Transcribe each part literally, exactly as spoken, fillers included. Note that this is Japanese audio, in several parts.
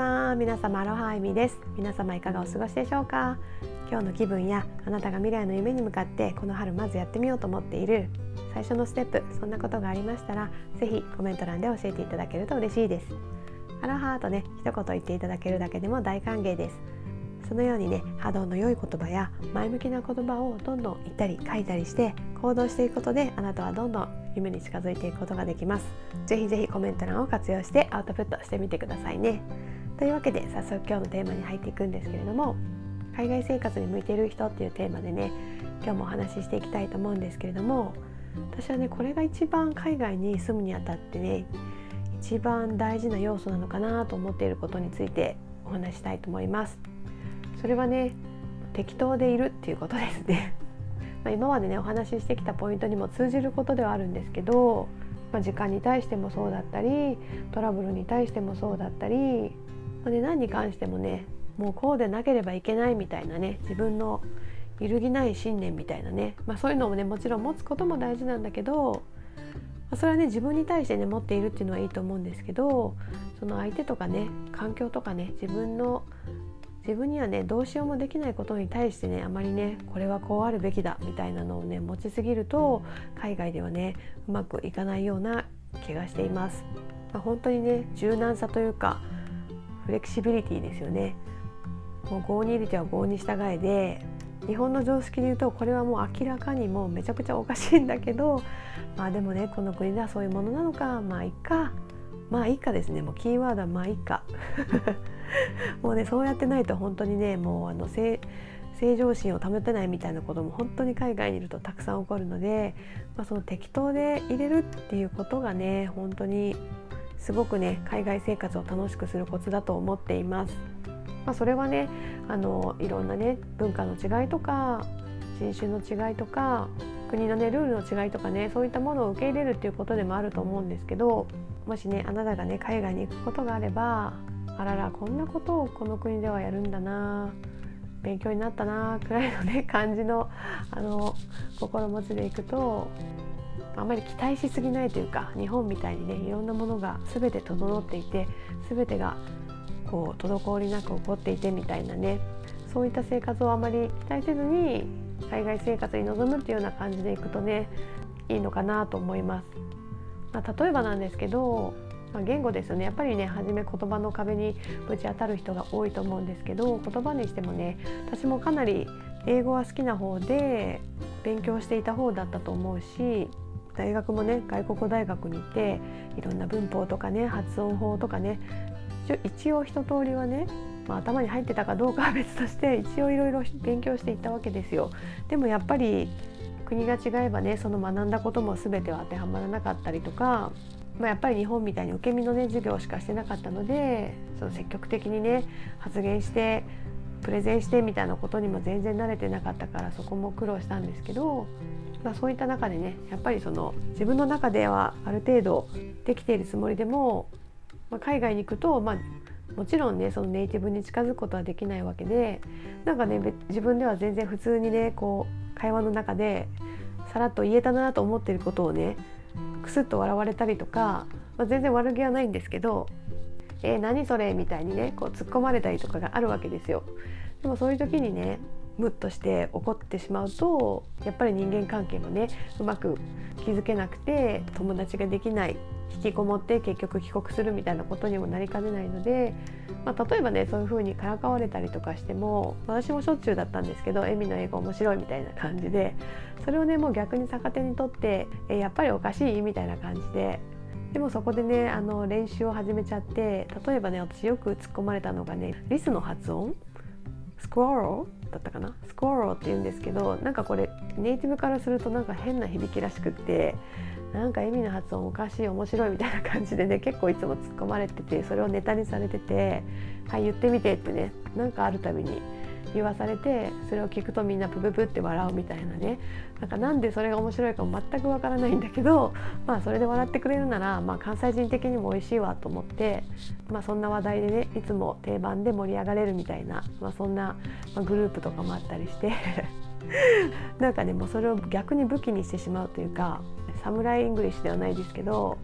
は。皆様アロハエミです。皆様いかがお過ごしでしょうか。今日の気分やあなたが未来の夢に向かってこの春まずやってみようと思っている最初のステップ、そんなことがありましたらぜひコメント欄で教えていただけると嬉しいです。アロハとね一言言っていただけるだけでも大歓迎です。そのようにね波動の良い言葉や前向きな言葉をどんどん言ったり書いたりして行動していくことで、あなたはどんどん夢に近づいていくことができます。ぜひぜひコメント欄を活用してアウトプットしてみてくださいね。というわけで早速今日のテーマに入っていくんですけれども、海外生活に向いている人っていうテーマでね今日もお話ししていきたいと思うんですけれども、私はねこれが一番海外に住むにあたってね一番大事な要素なのかなと思っていることについてお話ししたいと思います。それはね適当でいるっていうことですねまあ今までねお話ししてきたポイントにも通じることではあるんですけど、まあ、時間に対してもそうだったりトラブルに対してもそうだったり、まあね、何に関してもねもうこうでなければいけないみたいなね自分の揺るぎない信念みたいなね、まあ、そういうのもねもちろん持つことも大事なんだけど、まあ、それはね自分に対してね持っているっていうのはいいと思うんですけど、その相手とかね環境とかね自分の自分にはねどうしようもできないことに対してねあまりねこれはこうあるべきだみたいなのをね持ちすぎると海外ではねうまくいかないような気がしています。まあ、本当にね柔軟さというかフレキシビリティですよね。もう郷に入れては郷に従えで、日本の常識で言うとこれはもう明らかにもうめちゃくちゃおかしいんだけど、まあでもねこの国ではそういうものなのか、まあいいかまあいいかですね。もうキーワードはまあいいかもうねそうやってないと本当にねもうあの正常心を保てないみたいなことも本当に海外にいるとたくさん起こるので、まあ、その適当で入れるっていうことがね本当にすごくね海外生活を楽しくするコツだと思っています。まあ、それはねあのいろんなね文化の違いとか人種の違いとか国のねルールの違いとかねそういったものを受け入れるっていうことでもあると思うんですけど、もしねあなたがね海外に行くことがあれば、あららこんなことをこの国ではやるんだな、勉強になったなくらいのね感じのあの心持ちでいくと、あまり期待しすぎないというか、日本みたいにねいろんなものが全て整っていて全てがこう滞りなく起こっていてみたいなね、そういった生活をあまり期待せずに海外生活に臨むっていうような感じでいくとねいいのかなと思います。まあ、例えばなんですけど、まあ、言語ですよね。やっぱりね初め言葉の壁にぶち当たる人が多いと思うんですけど、言葉にしてもね私もかなり英語は好きな方で勉強していた方だったと思うし、大学もね外国大学に行っていろんな文法とかね発音法とかね一応一通りはね、まあ、頭に入ってたかどうかは別として一応いろいろ勉強していったわけですよ。でもやっぱり国が違えばねその学んだことも全ては当てはまらなかったりとか、まあ、やっぱり日本みたいに受け身のね授業しかしてなかったので、その積極的にね発言してプレゼンしてみたいなことにも全然慣れてなかったから、そこも苦労したんですけど、まあ、そういった中でねやっぱりその自分の中ではある程度できているつもりでも、まあ、海外に行くと、まあ、もちろんねそのネイティブに近づくことはできないわけで、なんかね自分では全然普通にねこう会話の中でさらっと言えたなと思っていることをねクスッと笑われたりとか、まあ、全然悪気はないんですけど、えー、何それみたいにねこう突っ込まれたりとかがあるわけですよ。でもそういう時にねムッとして怒ってしまうと、やっぱり人間関係もねうまく築けなくて友達ができない、引きこもって結局帰国するみたいなことにもなりかねないので、まあ、例えばねそういう風にからかわれたりとかしても、私もしょっちゅうだったんですけど、エミの英語面白いみたいな感じでそれをねもう逆に逆手にとってえやっぱりおかしいみたいな感じで、でもそこでねあの練習を始めちゃって、例えばね私よく突っ込まれたのがねリスの発音スクワローだったかな、スクワローって言うんですけど、なんかこれネイティブからするとなんか変な響きらしくって、なんかエミの発音おかしい面白いみたいな感じでね結構いつも突っ込まれてて、それをネタにされてて、はい言ってみてってねなんかあるたびに言わされて、それを聞くとみんなプププって笑うみたいなね、なんかなんでそれが面白いかも全くわからないんだけど、まあそれで笑ってくれるなら、まあ、関西人的にも美味しいわと思って、まあ、そんな話題でねいつも定番で盛り上がれるみたいな、まあ、そんな、まあ、グループとかもあったりしてなんかねもうそれを逆に武器にしてしまうというか、サムライイングリッシュではないですけど、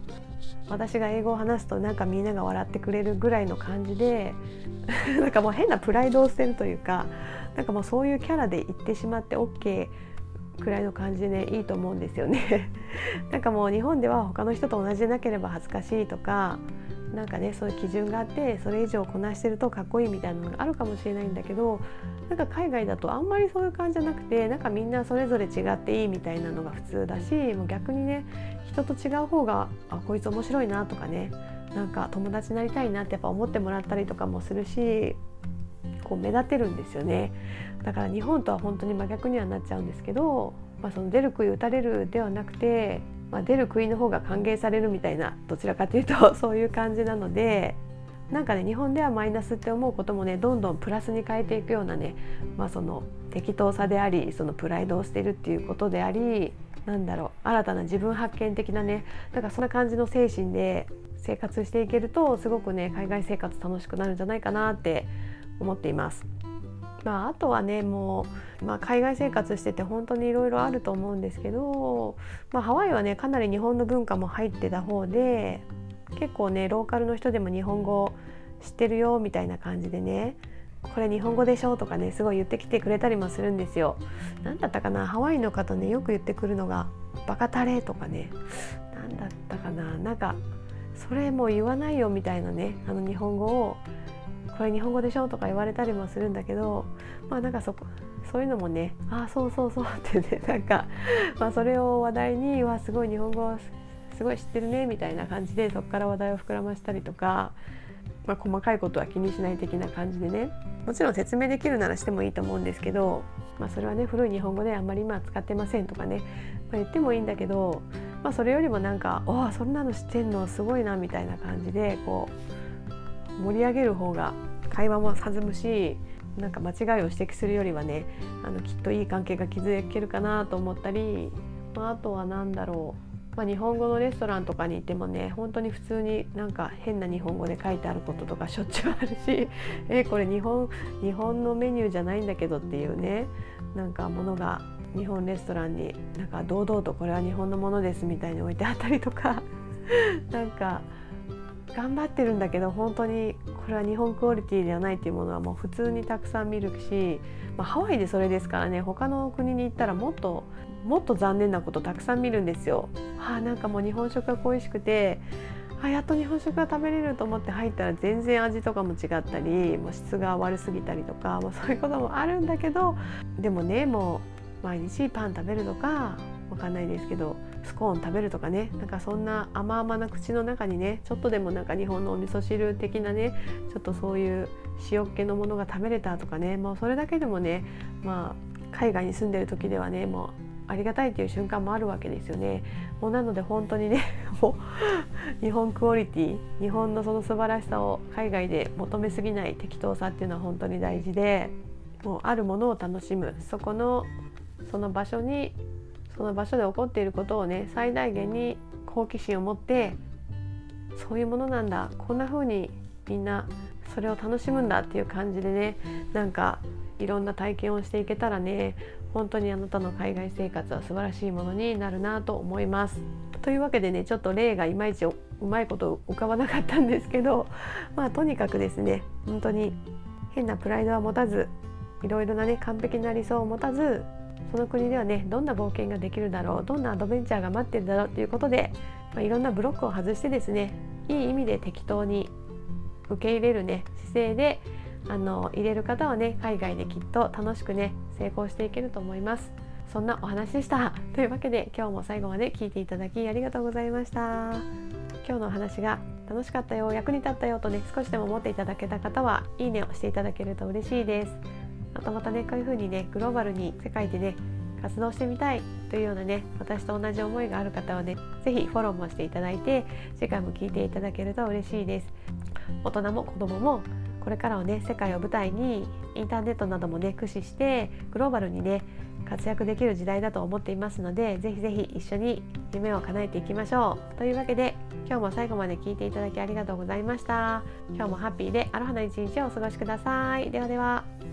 私が英語を話すとなんかみんなが笑ってくれるぐらいの感じでなんかもう変なプライドを捨てるというか、なんかもうそういうキャラで言ってしまって OK くらいの感じでねいいと思うんですよねなんかもう日本では他の人と同じでなければ恥ずかしいとか、なんかねそういう基準があってそれ以上こなしてるとかっこいいみたいなのがあるかもしれないんだけど、なんか海外だとあんまりそういう感じじゃなくて、なんかみんなそれぞれ違っていいみたいなのが普通だし、もう逆にね人と違う方があこいつ面白いなとかね、なんか友達になりたいなってやっぱ思ってもらったりとかもするし、こう目立てるんですよね。だから日本とは本当に真逆にはなっちゃうんですけど、まあ、その出る杭打たれるではなくて、まあ、出る杭の方が歓迎されるみたいな、どちらかというとそういう感じなので、なんかね日本ではマイナスって思うこともねどんどんプラスに変えていくようなね、まあ、その適当さであり、そのプライドを捨てるっていうことであり、なんだろう、新たな自分発見的なね、なんかそんな感じの精神で生活していけるとすごくね海外生活楽しくなるんじゃないかなって思っています。まあ、あとはねもう、まあ、海外生活してて本当にいろいろあると思うんですけど、まあ、ハワイはねかなり日本の文化も入ってた方で、結構ねローカルの人でも日本語知ってるよみたいな感じでね、これ日本語でしょとかねすごい言ってきてくれたりもするんですよ。なんだったかな、ハワイの方ねよく言ってくるのがバカタレとかね、なんだったかな、なんかそれもう言わないよみたいなね、あの日本語をこれ日本語でしょとか言われたりもするんだけど、まあなんかそこそういうのもね、ああそうそうそうってね、なんか、まあ、それを話題にわすごい日本語すごい知ってるねみたいな感じでそこから話題を膨らましたりとか、まあ、細かいことは気にしない的な感じでね、もちろん説明できるならしてもいいと思うんですけど、まあ、それはね古い日本語であんまり今使ってませんとかね、まあ、言ってもいいんだけど、まあ、それよりもなんかおおそんなの知ってんのすごいなみたいな感じでこう盛り上げる方が会話も弾むし、なんか間違いを指摘するよりはねあのきっといい関係が築けるかなと思ったり、まあ、あとはなんだろう、まあ、日本語のレストランとかに行ってもね本当に普通になんか変な日本語で書いてあることとかしょっちゅうあるしえこれ日本日本のメニューじゃないんだけどっていうね、なんかものが日本レストランになんか堂々とこれは日本のものですみたいに置いてあったりとかなんか頑張ってるんだけど本当にこれは日本クオリティではないっていうものはもう普通にたくさん見るし、まあ、ハワイでそれですからね、他の国に行ったらもっともっと残念なことたくさん見るんですよ。はあ、なんかもう日本食が恋しくて、あやっと日本食が食べれると思って入ったら全然味とかも違ったり、もう質が悪すぎたりとか、もうそういうこともあるんだけど、でもねもう毎日パン食べるとかわかんないですけどスコーン食べるとかね、なんかそんな甘々な口の中にねちょっとでもなんか日本のお味噌汁的なねちょっとそういう塩っ気のものが食べれたとかね、もうそれだけでもね、まあ海外に住んでる時ではねもうありがたいという瞬間もあるわけですよね。もうなので本当にねもう日本クオリティ、日本のその素晴らしさを海外で求めすぎない適当さっていうのは本当に大事で、もうあるものを楽しむ、そこのその場所にその場所で起こっていることをね最大限に好奇心を持って、そういうものなんだ、こんな風にみんなそれを楽しむんだっていう感じでね、なんかいろんな体験をしていけたらね本当にあなたの海外生活は素晴らしいものになるなと思います。というわけでねちょっと例がいまいちうまいこと浮かばなかったんですけど、まあとにかくですね本当に変なプライドは持たず、いろいろなね完璧な理想を持たず、その国ではねどんな冒険ができるだろう、どんなアドベンチャーが待ってるだろうということで、まあ、いろんなブロックを外してですねいい意味で適当に受け入れるね姿勢であの入れる方はね海外できっと楽しくね成功していけると思います。そんなお話でした。というわけで今日も最後まで聞いていただきありがとうございました。今日のお話が楽しかったよ、役に立ったよとね少しでも思っていただけた方はいいねをしていただけると嬉しいです。またまたねこういう風にねグローバルに世界でね活動してみたいというようなね私と同じ思いがある方はねぜひフォローもしていただいて次回も聞いていただけると嬉しいです。大人も子供もこれからはね世界を舞台にインターネットなどもね駆使してグローバルにね活躍できる時代だと思っていますので、ぜひぜひ一緒に夢を叶えていきましょう。というわけで今日も最後まで聞いていただきありがとうございました。今日もハッピーでアロハな一日をお過ごしください。ではでは。